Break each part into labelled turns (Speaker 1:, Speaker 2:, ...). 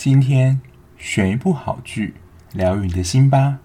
Speaker 1: 今天选一部好剧，疗愈你的心吧。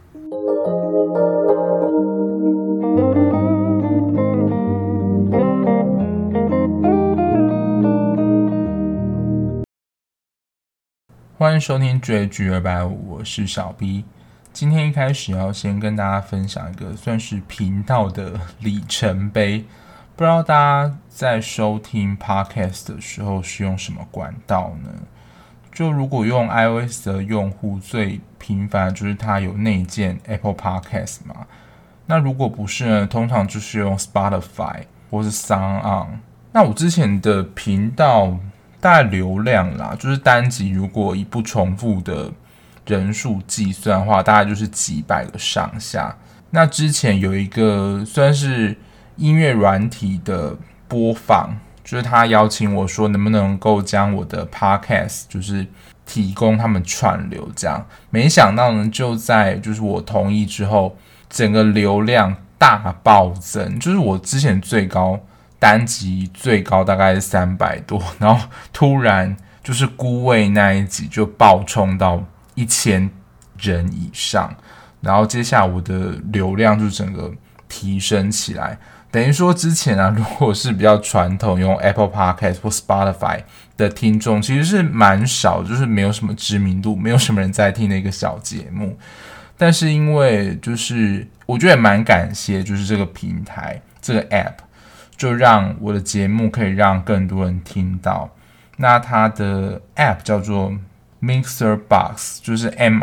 Speaker 1: 欢迎收听追剧250，我是小 B。今天一开始要先跟大家分享一个算是频道的里程碑，不知道大家在收听 Podcast 的时候是用什么管道呢？就如果用 iOS 的用户，最频繁的就是它有内建 Apple Podcast 嘛。那如果不是呢，通常就是用 Spotify 或是 SoundOn。那我之前的频道大概流量啦，就是单集如果以不重复的人数计算的话，大概就是几百个上下。那之前有一个算是音乐软体的播放，就是他邀请我说能不能够将我的 podcast 就是提供他们串流这样，没想到呢就在就是我同意之后，整个流量大暴增，就是我之前最高单集最高大概是300多，然后突然就是孤味那一集就爆冲到1000人以上，然后接下来我的流量就整个提升起来。等于说之前啊，如果是比较传统用 Apple Podcast 或 Spotify 的听众，其实是蛮少，就是没有什么知名度，没有什么人在听的一个小节目。但是因为就是我觉得也蛮感谢，就是这个平台这个 App 就让我的节目可以让更多人听到。那它的 App 叫做 Mixer Box， 就是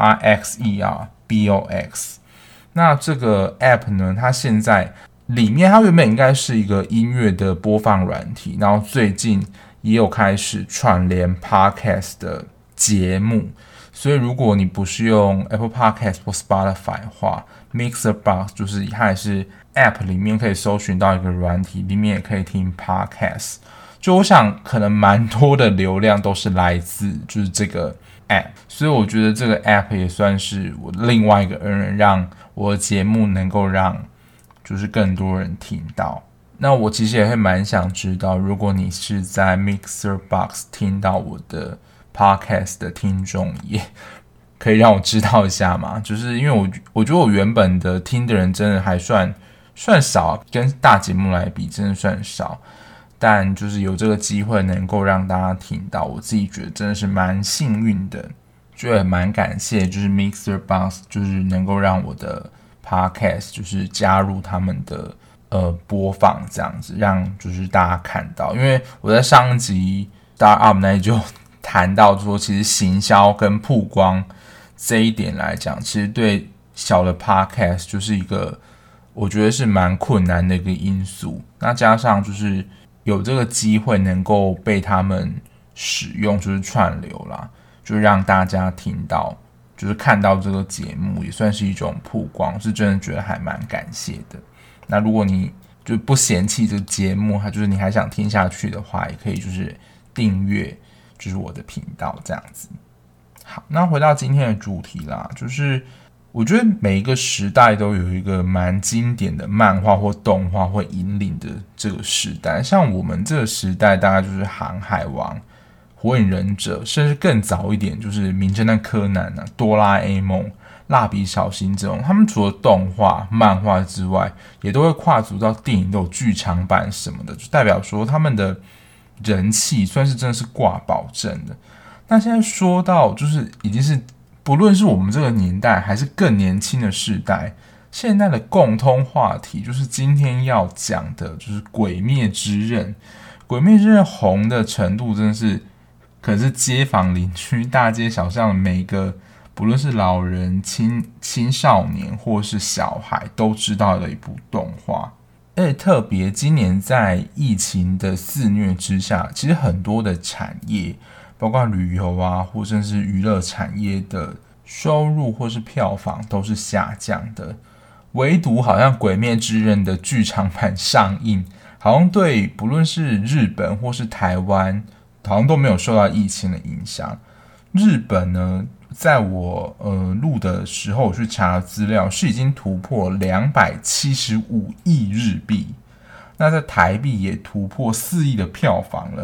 Speaker 1: MIXERBOX。那这个 App 呢，它现在里面它原本应该是一个音乐的播放软体，然后最近也有开始串联 Podcast 的节目，所以如果你不是用 Apple Podcast 或 Spotify 的话， Mixer Box 就是它也是 App 里面可以搜寻到一个软体，里面也可以听 Podcast。 就我想可能蛮多的流量都是来自就是这个 App， 所以我觉得这个 App 也算是我另外一个恩人，让我的节目能够让就是更多人听到。那我其实也会蛮想知道，如果你是在 Mixer Box 听到我的 Podcast 的听众，也可以让我知道一下嘛。就是因为我觉得我原本的听的人真的还算少，跟大节目来比真的算少，但就是有这个机会能够让大家听到，我自己觉得真的是蛮幸运的，就也蛮感谢就是 Mixer Box 就是能够让我的Podcast 就是加入他们的播放这样子，让就是大家看到。因为我在上一集 Start Up 那里就谈到说，其实行销跟曝光这一点来讲，其实对小的 Podcast 就是一个我觉得是蛮困难的一个因素。那加上就是有这个机会能够被他们使用，就是串流啦，就让大家听到就是看到这个节目，也算是一种曝光，是真的觉得还蛮感谢的。那如果你就不嫌弃这个节目，就是你还想听下去的话，也可以就是订阅就是我的频道这样子。好，那回到今天的主题啦，就是我觉得每一个时代都有一个蛮经典的漫画或动画会引领的这个时代，像我们这个时代大概就是航海王、火影忍者，甚至更早一点就是名侦探柯南啊、哆啦 A 梦、蜡笔小新这种，他们除了动画、漫画之外，也都会跨足到电影，都有剧场版什么的，就代表说他们的人气算是真的是挂保证的。那现在说到就是已经是不论是我们这个年代还是更年轻的世代，现在的共通话题就是今天要讲的就是《鬼灭之刃》。《鬼灭之刃》红的程度真的是可是街坊邻居、大街小巷的每一个，不论是老人、青少年或是小孩都知道的一部动画。而且特别今年在疫情的肆虐之下，其实很多的产业，包括旅游啊，或甚至娱乐产业的收入或是票房都是下降的。唯独好像《鬼灭之刃》的剧场版上映，好像对不论是日本或是台湾，好像都没有受到疫情的影响。日本呢，在我录的时候，我去查资料，是已经突破275亿日币，那在台币也突破4亿的票房了。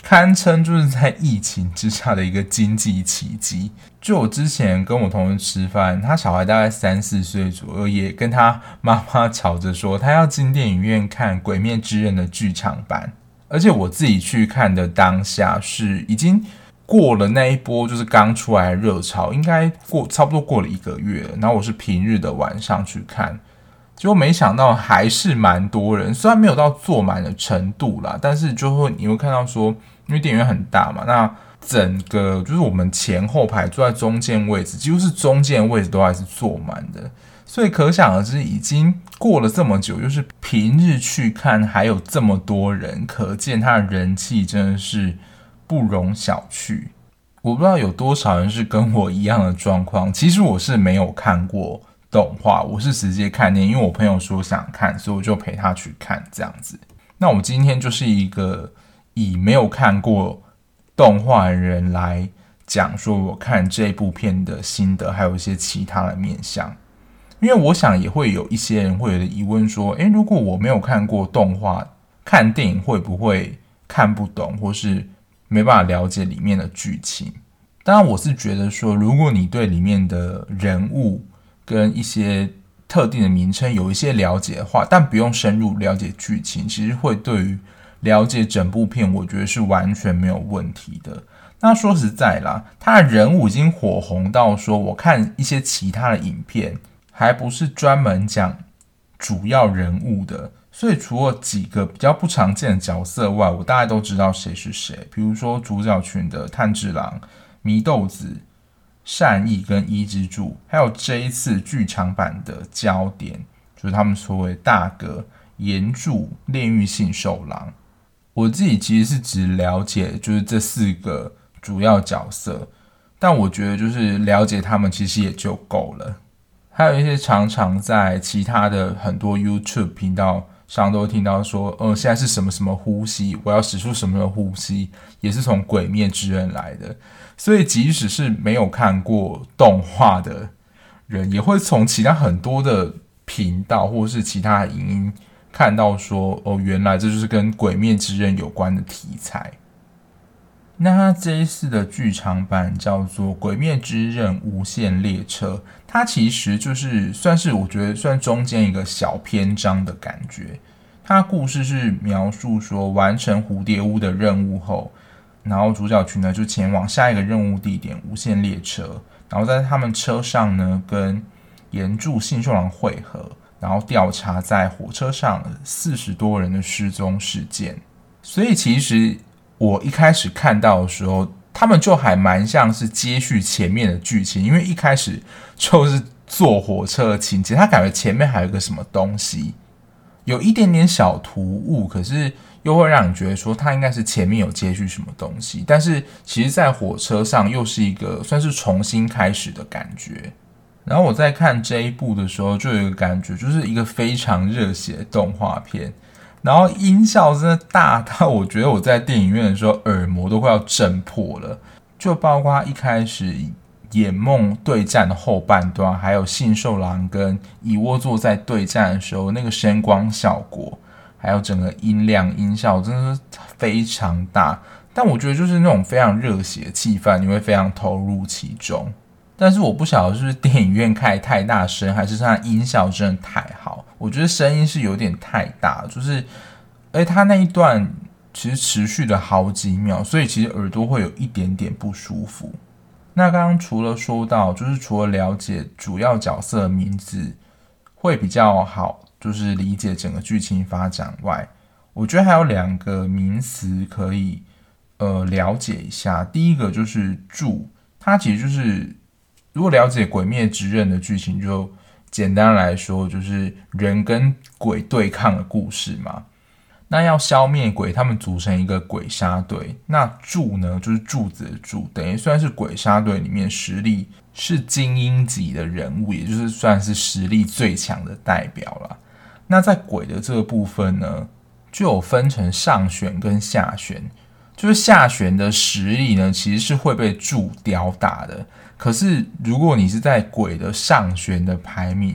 Speaker 1: 堪称就是在疫情之下的一个经济奇迹。就我之前跟我同事吃饭，他小孩大概3-4岁左右，也跟他妈妈吵着说他要进电影院看《鬼灭之刃》的剧场版。而且我自己去看的当下是已经过了那一波就是刚出来的热潮，应该差不多过了1个月了。然后我是平日的晚上去看，结果没想到还是蛮多人，虽然没有到坐满的程度啦，但是你会看到说，因为电影院很大嘛，那整个就是我们前后排坐在中间位置，几乎是中间位置都还是坐满的，所以可想而知，已经过了这么久，就是平日去看还有这么多人，可见它的人气真的是不容小觑。我不知道有多少人是跟我一样的状况，其实我是没有看过动画，我是直接看电影，因为我朋友说想看，所以我就陪他去看这样子。那我今天就是一个以没有看过动画的人来讲说我看这部片的心得，还有一些其他的面向。因为我想也会有一些人会有的疑问说，如果我没有看过动画，看电影会不会看不懂，或是没办法了解里面的剧情？当然我是觉得说，如果你对里面的人物跟一些特定的名称有一些了解的话，但不用深入了解剧情，其实会对于了解整部片，我觉得是完全没有问题的。那说实在啦，他的人物已经火红到说，我看一些其他的影片，还不是专门讲主要人物的，所以除了几个比较不常见的角色外，我大概都知道谁是谁。比如说主角群的炭治郎、祢豆子、善逸跟伊之助，还有这一次剧场版的焦点，就是他们所谓大哥岩柱炼狱信受郎。我自己其实是只了解就是这4个主要角色，但我觉得就是了解他们其实也就够了。还有一些常常在其他的很多 YouTube 频道上都听到说，现在是什么什么呼吸，我要使出什么的呼吸，也是从鬼灭之刃来的。所以即使是没有看过动画的人，也会从其他很多的频道或是其他的影音看到说，原来这就是跟鬼灭之刃有关的题材。那它这一次的剧场版叫做《鬼灭之刃无限列车》，它其实就是算是我觉得算中间一个小篇章的感觉。它的故事是描述说，完成蝴蝶屋的任务后，然后主角群呢就前往下一个任务地点无限列车，然后在他们车上呢跟岩柱信受郎会合，然后调查在火车上40多人的失踪事件。所以其实我一开始看到的时候，他们就还蛮像是接续前面的剧情，因为一开始就是坐火车的情节，他感觉前面还有个什么东西，有一点点小突兀，可是又会让你觉得说他应该是前面有接续什么东西，但是其实在火车上又是一个算是重新开始的感觉。然后我在看这一部的时候，就有一个感觉，就是一个非常热血的动画片，然后音效真的大到我觉得我在电影院的时候耳膜都快要震破了，就包括一开始眼梦对战的后半段，还有信受郎跟蚁窝座在对战的时候那个声光效果，还有整个音量音效真的是非常大，但我觉得就是那种非常热血的气氛，你会非常投入其中。但是我不晓得是不是电影院开太大声，还是它音效真的太好，我觉得声音是有点太大，就是它那一段其实持续了好几秒，所以其实耳朵会有一点点不舒服。那刚刚除了说到就是除了了解主要角色的名字会比较好，就是理解整个剧情发展外，我觉得还有2个名词可以了解一下。第一个就是柱，它其实就是如果了解鬼灭之刃的剧情，就简单来说就是人跟鬼对抗的故事嘛。那要消灭鬼，他们组成一个鬼杀队。那柱呢，就是柱子的柱，等于算是鬼杀队里面实力是精英级的人物，也就是算是实力最强的代表啦。那在鬼的这个部分呢，就有分成上旋跟下旋。就是下旋的实力呢，其实是会被柱吊打的。可是如果你是在鬼的上旋的排名，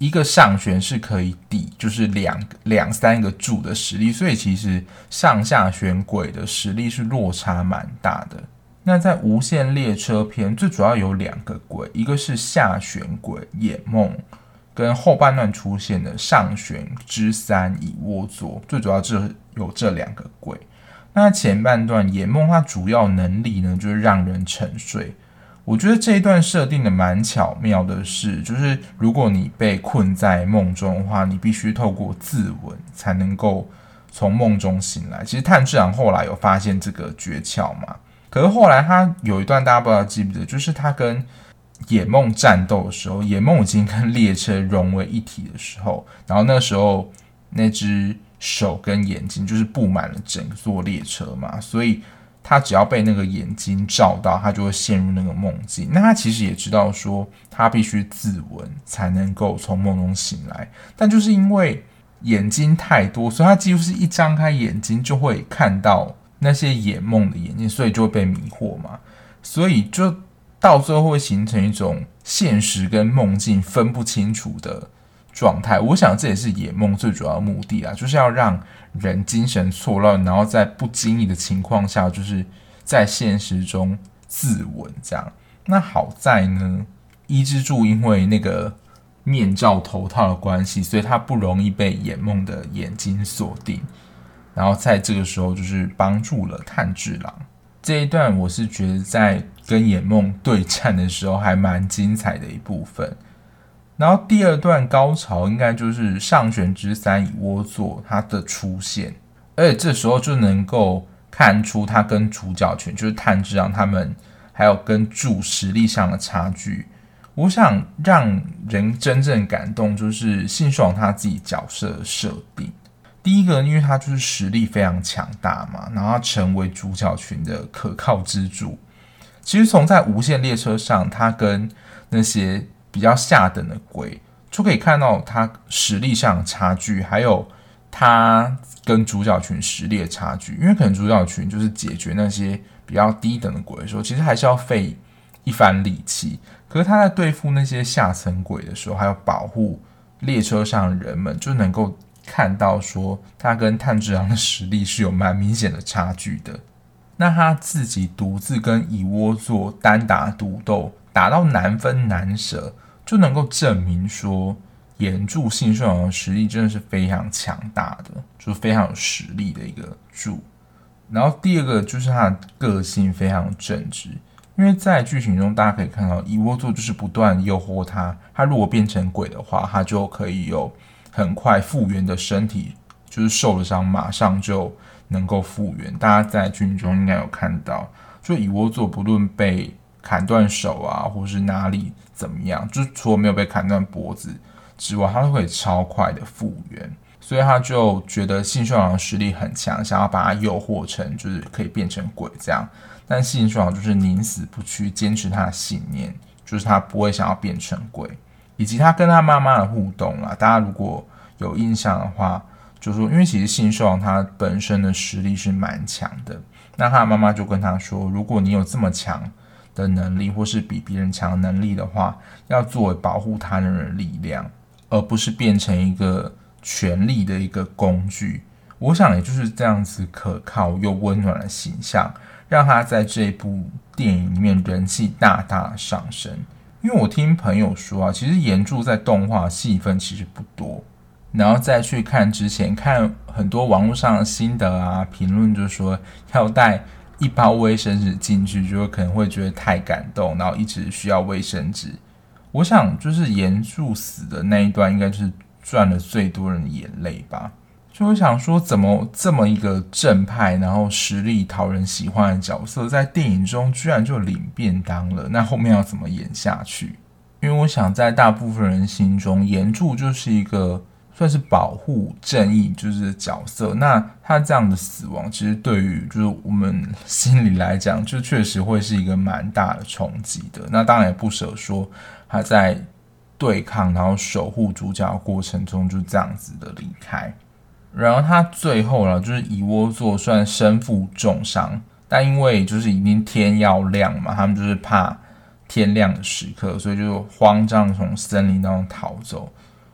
Speaker 1: 一个上旋是可以抵就是两三个柱的实力，所以其实上下旋轨的实力是落差蛮大的。那在无限列车篇最主要有2个轨，一个是下旋轨野梦，跟后半段出现的上旋之3蚁窝座，最主要有这2个轨。那前半段野梦它主要能力呢，就是让人沉睡。我觉得这一段设定的蛮巧妙的是，就是如果你被困在梦中的话，你必须透过自刎才能够从梦中醒来。其实炭治郎后来有发现这个诀窍嘛，可是后来他有一段大家不知道记不记得，就是他跟野梦战斗的时候，野梦已经跟列车融为一体的时候，然后那时候那只手跟眼睛就是布满了整座列车嘛，所以他只要被那个眼睛照到，他就会陷入那个梦境。那他其实也知道说，他必须自刎才能够从梦中醒来，但就是因为眼睛太多，所以他几乎是一张开眼睛就会看到那些野梦的眼睛，所以就会被迷惑嘛。所以就到最后会形成一种现实跟梦境分不清楚的状态。我想这也是野梦最主要的目的啦，就是要让人精神错乱，然后在不经意的情况下，就是在现实中自刎这样。那好在呢，伊之助因为那个面罩头套的关系，所以他不容易被野梦的眼睛锁定，然后在这个时候就是帮助了炭治郎。这一段我是觉得在跟野梦对战的时候还蛮精彩的一部分。然后第2段高潮应该就是上旋之3蚁窝座它的出现，而且这时候就能够看出他跟主角群就是炭治郎他们还有跟柱实力上的差距。我想让人真正感动就是信爽他自己角色的设定。第一个因为他就是实力非常强大嘛，然后他成为主角群的可靠支柱。其实从在无限列车上他跟那些比较下等的鬼就可以看到他实力上的差距，还有他跟主角群实力的差距。因为可能主角群就是解决那些比较低等的鬼的时候，其实还是要费一番力气，可是他在对付那些下层鬼的时候，还有保护列车上的人们，就能够看到说他跟炭治郎的实力是有蛮明显的差距的。那他自己独自跟蚁窝座单打独斗，打到难分难舍，就能够证明说岩柱信顺郎的实力真的是非常强大的，就是非常有实力的一个柱。然后第2个就是他的个性非常正直，因为在剧情中大家可以看到蚁窝座就是不断诱惑他，他如果变成鬼的话，他就可以有很快复原的身体，就是受了伤马上就能够复原。大家在剧中应该有看到，就蚁窝座不论被砍断手啊，或是哪里怎么样，就除了没有被砍断脖子之外，他都可以超快的复原。所以他就觉得信顺郎的实力很强，想要把他诱惑成就是可以变成鬼这样。但信顺郎就是宁死不屈，坚持他的信念，就是他不会想要变成鬼。以及他跟他妈妈的互动啦，大家如果有印象的话，就说因为其实信顺郎他本身的实力是蛮强的，那他的妈妈就跟他说，如果你有这么强的能力，或是比别人强的能力的话，要作为保护他人的力量，而不是变成一个权力的一个工具。我想也就是这样子可靠又温暖的形象，让他在这一部电影里面人气大大的上升。因为我听朋友说啊，其实岩柱在动画戏份其实不多，然后再去看之前看很多网络上的心得啊评论，就说要带一包卫生纸进去，就可能会觉得太感动，然后一直需要卫生纸。我想就是岩柱死的那一段应该就是赚了最多人的眼泪吧。就会想说怎么这么一个正派然后实力讨人喜欢的角色，在电影中居然就领便当了，那后面要怎么演下去？因为我想在大部分人心中，岩柱就是一个算是保护正义就是角色，那他这样的死亡其实对于就是我们心里来讲，就确实会是一个蛮大的冲击的。那当然也不舍说他在对抗然后守护主角的过程中就这样子的离开。然后他最后了，就是蚁窝座算身负重伤，但因为就是已经天要亮嘛，他们就是怕天亮的时刻，所以就慌张从森林当中逃走。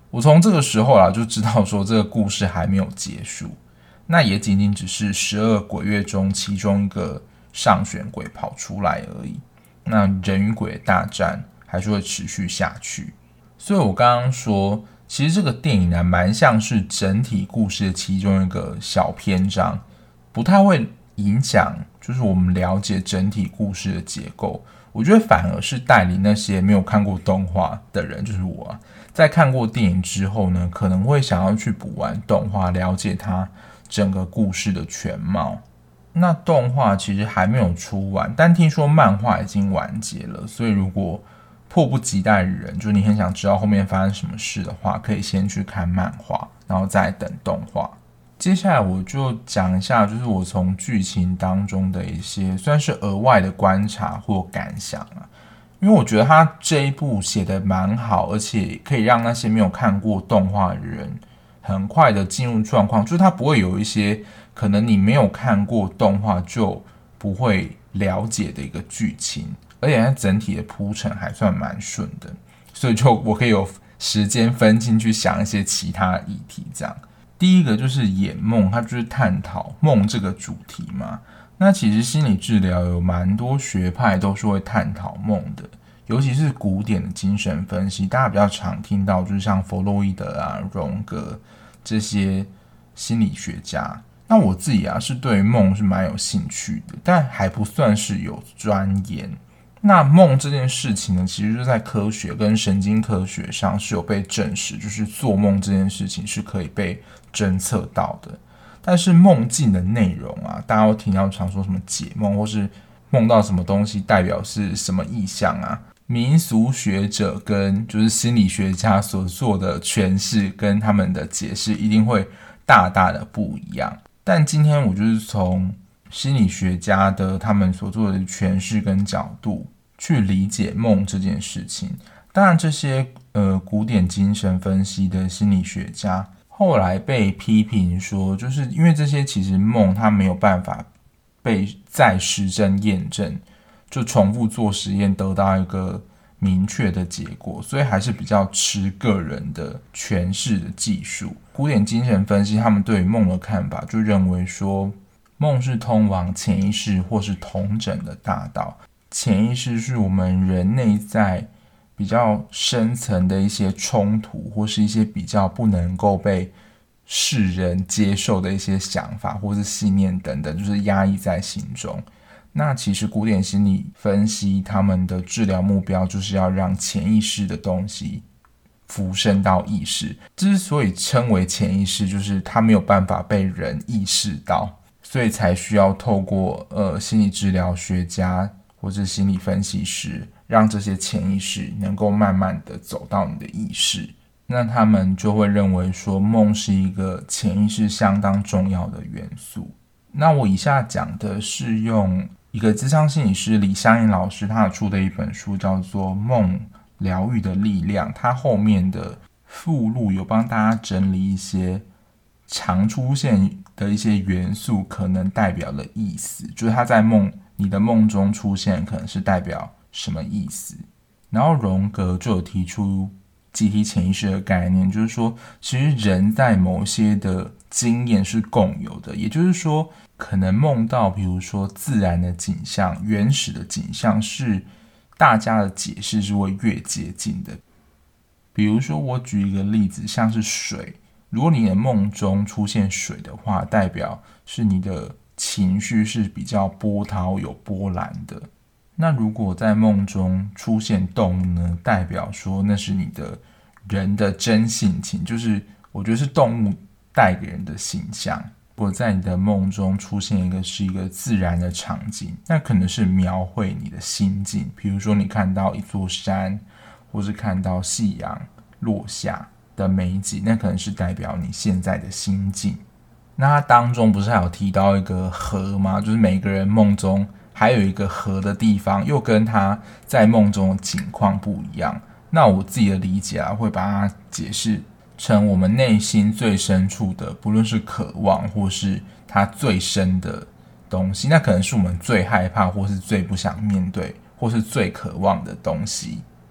Speaker 1: 我从这个时候就知道说这个故事还没有结束，那也仅仅只是12鬼月中其中一个上选鬼跑出来而已。那人与鬼的大战还是会持续下去。所以我刚刚说，其实这个电影呢，蛮像是整体故事的其中一个小篇章，不太会影响就是我们了解整体故事的结构。我觉得反而是带领那些没有看过动画的人，就是我在看过电影之后呢，可能会想要去补完动画，了解它整个故事的全貌。那动画其实还没有出完，但听说漫画已经完结了，所以如果迫不及待的人，就是你很想知道后面发生什么事的话，可以先去看漫画，然后再等动画。接下来我就讲一下，就是我从剧情当中的一些算是额外的观察或感想因为我觉得他这一部写得蛮好，而且可以让那些没有看过动画的人很快的进入状况，就是他不会有一些可能你没有看过动画就不会了解的一个剧情，而且它整体的铺陈还算蛮顺的，所以就我可以有时间分进去想一些其他的议题这样。第一个就是演梦，它就是探讨梦这个主题嘛。那其实心理治疗有蛮多学派都是会探讨梦的，尤其是古典的精神分析，大家比较常听到就是像弗洛伊德荣格这些心理学家。那我自己是对梦是蛮有兴趣的，但还不算是有钻研。那梦这件事情呢，其实就在科学跟神经科学上是有被证实，就是做梦这件事情是可以被侦测到的。但是梦境的内容大家都听到常说什么解梦，或是梦到什么东西代表是什么意象民俗学者跟就是心理学家所做的诠释跟他们的解释一定会大大的不一样。但今天我就是从心理学家的他们所做的诠释跟角度去理解梦这件事情。当然这些古典精神分析的心理学家后来被批评说，就是因为这些其实梦它没有办法被再实证验证，就重复做实验得到一个明确的结果，所以还是比较吃个人的诠释的技术。古典精神分析他们对于梦的看法就认为说，梦是通往潜意识或是统整的大道。潜意识是我们人内在比较深层的一些冲突，或是一些比较不能够被世人接受的一些想法或是信念等等，就是压抑在心中。那其实古典心理分析他们的治疗目标就是要让潜意识的东西浮升到意识。之所以称为潜意识，就是它没有办法被人意识到，所以才需要透过心理治疗学家或是心理分析师，让这些潜意识能够慢慢的走到你的意识。那他们就会认为说，梦是一个潜意识相当重要的元素。那我以下讲的是用一个諮商心理师李香吟老师他出的一本书，叫做《梦疗愈的力量》，他后面的附录有帮大家整理一些常出现的一些元素可能代表的意思，就是他在你的梦中出现可能是代表什么意思。然后荣格就有提出集体潜意识的概念，就是说其实人在某些的经验是共有的，也就是说可能梦到比如说自然的景象、原始的景象，是大家的解释是会越接近的。比如说我举一个例子，像是水，如果你的梦中出现水的话，代表是你的情绪是比较波涛有波澜的。那如果在梦中出现动物呢，代表说那是你的人的真性情，就是我觉得是动物带给人的形象。如果在你的梦中出现是一个自然的场景，那可能是描绘你的心境，比如说你看到一座山，或是看到夕阳落下的美景，那可能是代表你现在的心境。那它当中不是还有提到一个河吗？就是每个人梦中还有一个河的地方，又跟他在梦中的情况不一样。那我自己的理解会把它解释成我们内心最深处的，不论是渴望或是它最深的东西，那可能是我们最害怕或是最不想面对或是最渴望的东西。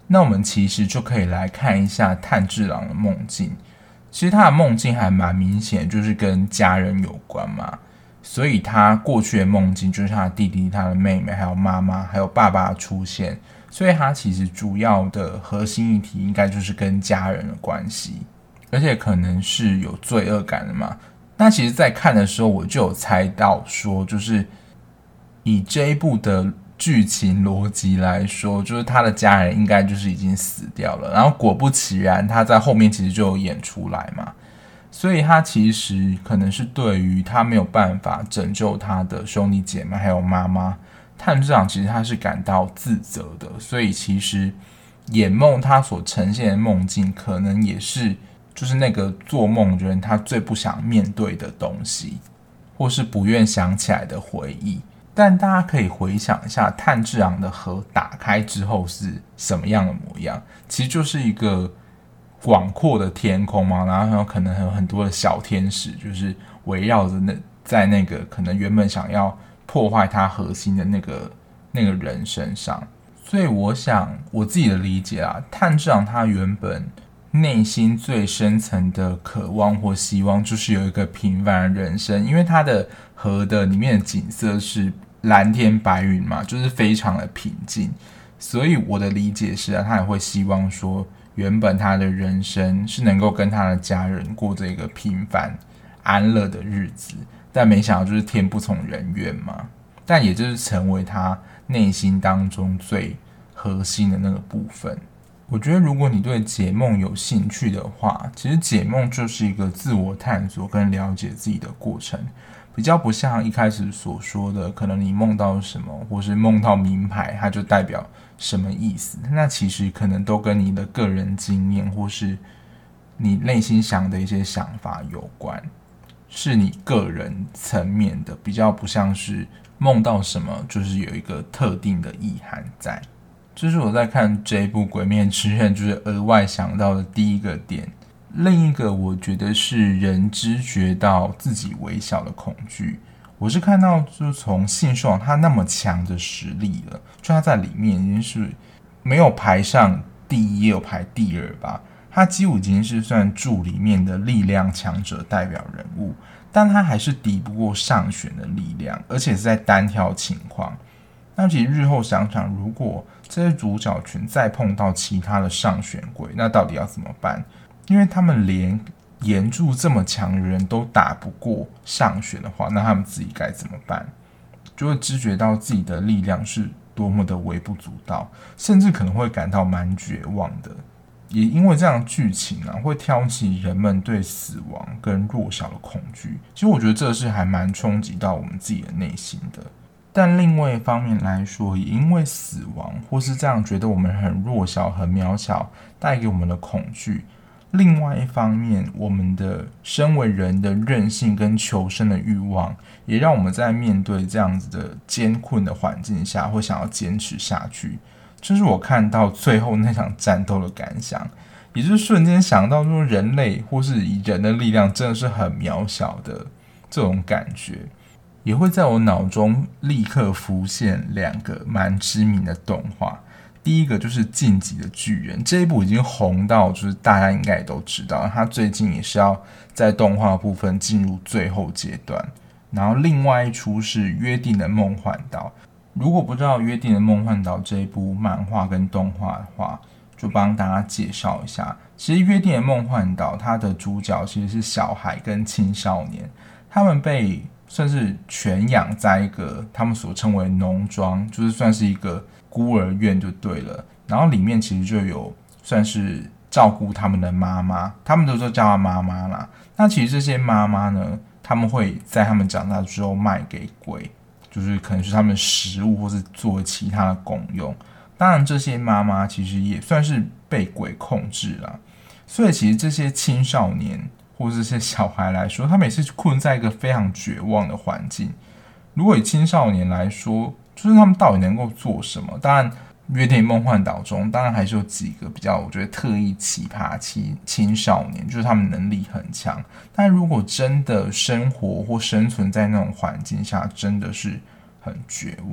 Speaker 1: 那我们其实就可以来看一下炭治郎的梦境。其实他的梦境还蛮明显，就是跟家人有关嘛，所以他过去的梦境就是他的弟弟、他的妹妹、还有妈妈、还有爸爸出现，所以他其实主要的核心议题应该就是跟家人的关系，而且可能是有罪恶感的嘛。那其实在看的时候我就有猜到说，就是以这一部的剧情逻辑来说，就是他的家人应该就是已经死掉了，然后果不其然他在后面其实就有演出来嘛，所以他其实可能是对于他没有办法拯救他的兄弟姐妹还有妈妈，炭治郎其实他是感到自责的，所以其实魇梦他所呈现的梦境可能也是就是那个做梦人他最不想面对的东西，或是不愿想起来的回忆。但大家可以回想一下炭治郎的河打开之后是什么样的模样，其实就是一个广阔的天空嘛，然后可能有很多的小天使就是围绕着在那个可能原本想要破坏他核心的那个人身上。所以我想我自己的理解啊，炭治郎他原本内心最深层的渴望或希望就是有一个平凡的人生，因为他的河的里面的景色是蓝天白云嘛，就是非常的平静，所以我的理解是啊，他也会希望说原本他的人生是能够跟他的家人过着一个平凡安乐的日子，但没想到就是天不从人愿嘛，但也就是成为他内心当中最核心的那个部分。我觉得如果你对解梦有兴趣的话，其实解梦就是一个自我探索跟了解自己的过程，比较不像一开始所说的可能你梦到什么或是梦到名牌它就代表什么意思，那其实可能都跟你的个人经验或是你内心想的一些想法有关，是你个人层面的，比较不像是梦到什么就是有一个特定的意涵在。这是我在看这一部《鬼灭之刃》就是额外想到的第一个点。另一个我觉得是人知觉到自己微小的恐惧，我是看到就从信爽他那么强的实力了，就他在里面已经是没有排上第一也有排第二吧，他几乎已经是算柱里面的力量强者代表人物，但他还是敌不过上弦的力量，而且是在单挑情况。那其实日后想想，如果这些主角群再碰到其他的上弦鬼，那到底要怎么办？因为他们连岩柱这么强的人都打不过上弦的话，那他们自己该怎么办？就会知觉到自己的力量是多么的微不足道，甚至可能会感到蛮绝望的。也因为这样的剧情啊，会挑起人们对死亡跟弱小的恐惧。其实我觉得这是还蛮冲击到我们自己的内心的。但另外一方面来说，也因为死亡或是这样觉得我们很弱小、很渺小，带给我们的恐惧。另外一方面，我们的身为人的韧性跟求生的欲望，也让我们在面对这样子的艰困的环境下，会想要坚持下去。这是我看到最后那场战斗的感想，也就是瞬间想到说，人类或是以人的力量真的是很渺小的这种感觉。也会在我脑中立刻浮现两个蛮知名的动画，第一个就是《进击的巨人》，这一部已经红到就是大家应该也都知道，它最近也是要在动画部分进入最后阶段。然后另外一出是《约定的梦幻岛》，如果不知道《约定的梦幻岛》这一部漫画跟动画的话，就帮大家介绍一下。其实《约定的梦幻岛》它的主角其实是小孩跟青少年，他们被算是全养在一个他们所称为农庄，就是算是一个孤儿院就对了。然后里面其实就有算是照顾他们的妈妈，他们都说叫她妈妈啦。那其实这些妈妈呢，他们会在他们长大之后卖给鬼，就是可能是他们食物或是做其他的功用。当然这些妈妈其实也算是被鬼控制啦，所以其实这些青少年或是这些小孩来说，他们也是困在一个非常绝望的环境。如果以青少年来说，就是他们到底能够做什么？当然，约定梦幻岛中当然还是有几个比较我觉得特异奇葩青少年，就是他们能力很强，但如果真的生活或生存在那种环境下，真的是很绝望。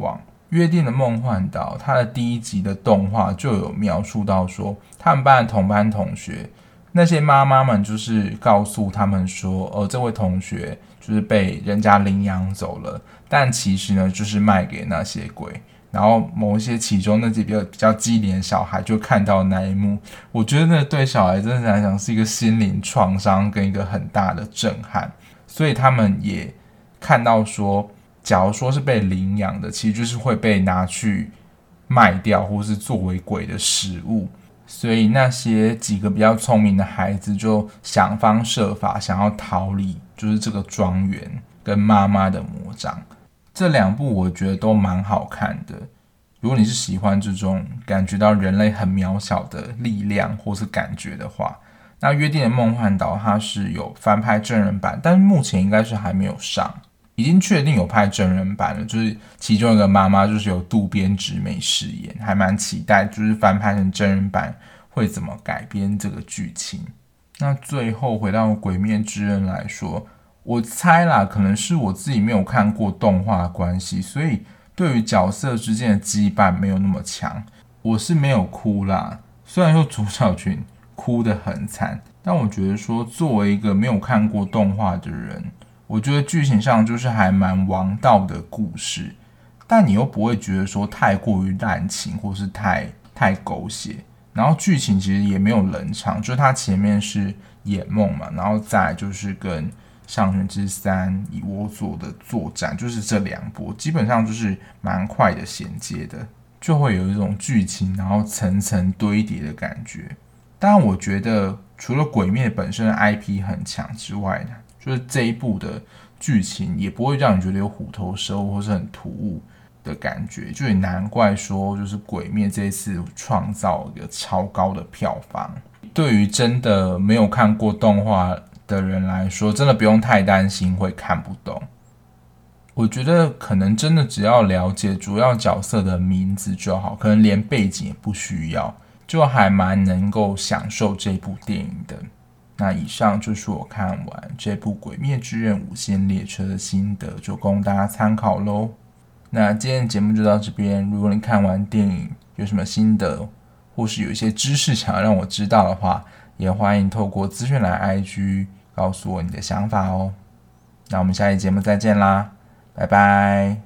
Speaker 1: 约定的梦幻岛，它的第一集的动画就有描述到说，他们班的同班同学，那些妈妈们就是告诉他们说，这位同学就是被人家领养走了，但其实呢，就是卖给那些鬼。然后某一些其中那些比较机灵的小孩就看到那一幕，我觉得那对小孩真的来讲是一个心灵创伤跟一个很大的震撼，所以他们也看到说，假如说是被领养的，其实就是会被拿去卖掉或是作为鬼的食物。所以那些几个比较聪明的孩子就想方设法想要逃离，就是这个庄园跟妈妈的魔掌。这两部我觉得都蛮好看的。如果你是喜欢这种感觉到人类很渺小的力量或是感觉的话，那《约定的梦幻岛》它是有翻拍真人版，但目前应该是还没有上。已经确定有拍真人版了，就是其中一个妈妈就是由渡边直美饰演，还蛮期待就是翻拍成真人版会怎么改编这个剧情。那最后回到鬼灭之刃来说，我猜啦，可能是我自己没有看过动画的关系，所以对于角色之间的羁绊没有那么强。我是没有哭啦，虽然说主角群哭得很惨，但我觉得说作为一个没有看过动画的人，我觉得剧情上就是还蛮王道的故事，但你又不会觉得说太过于滥情或是太狗血，然后剧情其实也没有冷场，就是它前面是魇梦嘛，然后再来就是跟上弦之三蚁窝座的作战，就是这两波基本上就是蛮快的衔接的，就会有一种剧情然后层层堆叠的感觉。当然我觉得除了鬼灭本身的 IP 很强之外呢，就是这一部的剧情也不会让你觉得有虎头蛇尾或是很突兀的感觉，就也难怪说就是鬼灭这一次创造一个超高的票房。对于真的没有看过动画的人来说，真的不用太担心会看不懂。我觉得可能真的只要了解主要角色的名字就好，可能连背景也不需要，就还蛮能够享受这部电影的。那以上就是我看完这部《鬼灭之刃无限列车》的心得，就供大家参考咯。那今天的节目就到这边，如果你看完电影有什么心得，或是有一些知识想要让我知道的话，也欢迎透过资讯栏 IG 告诉我你的想法哦。那我们下期节目再见啦，拜拜。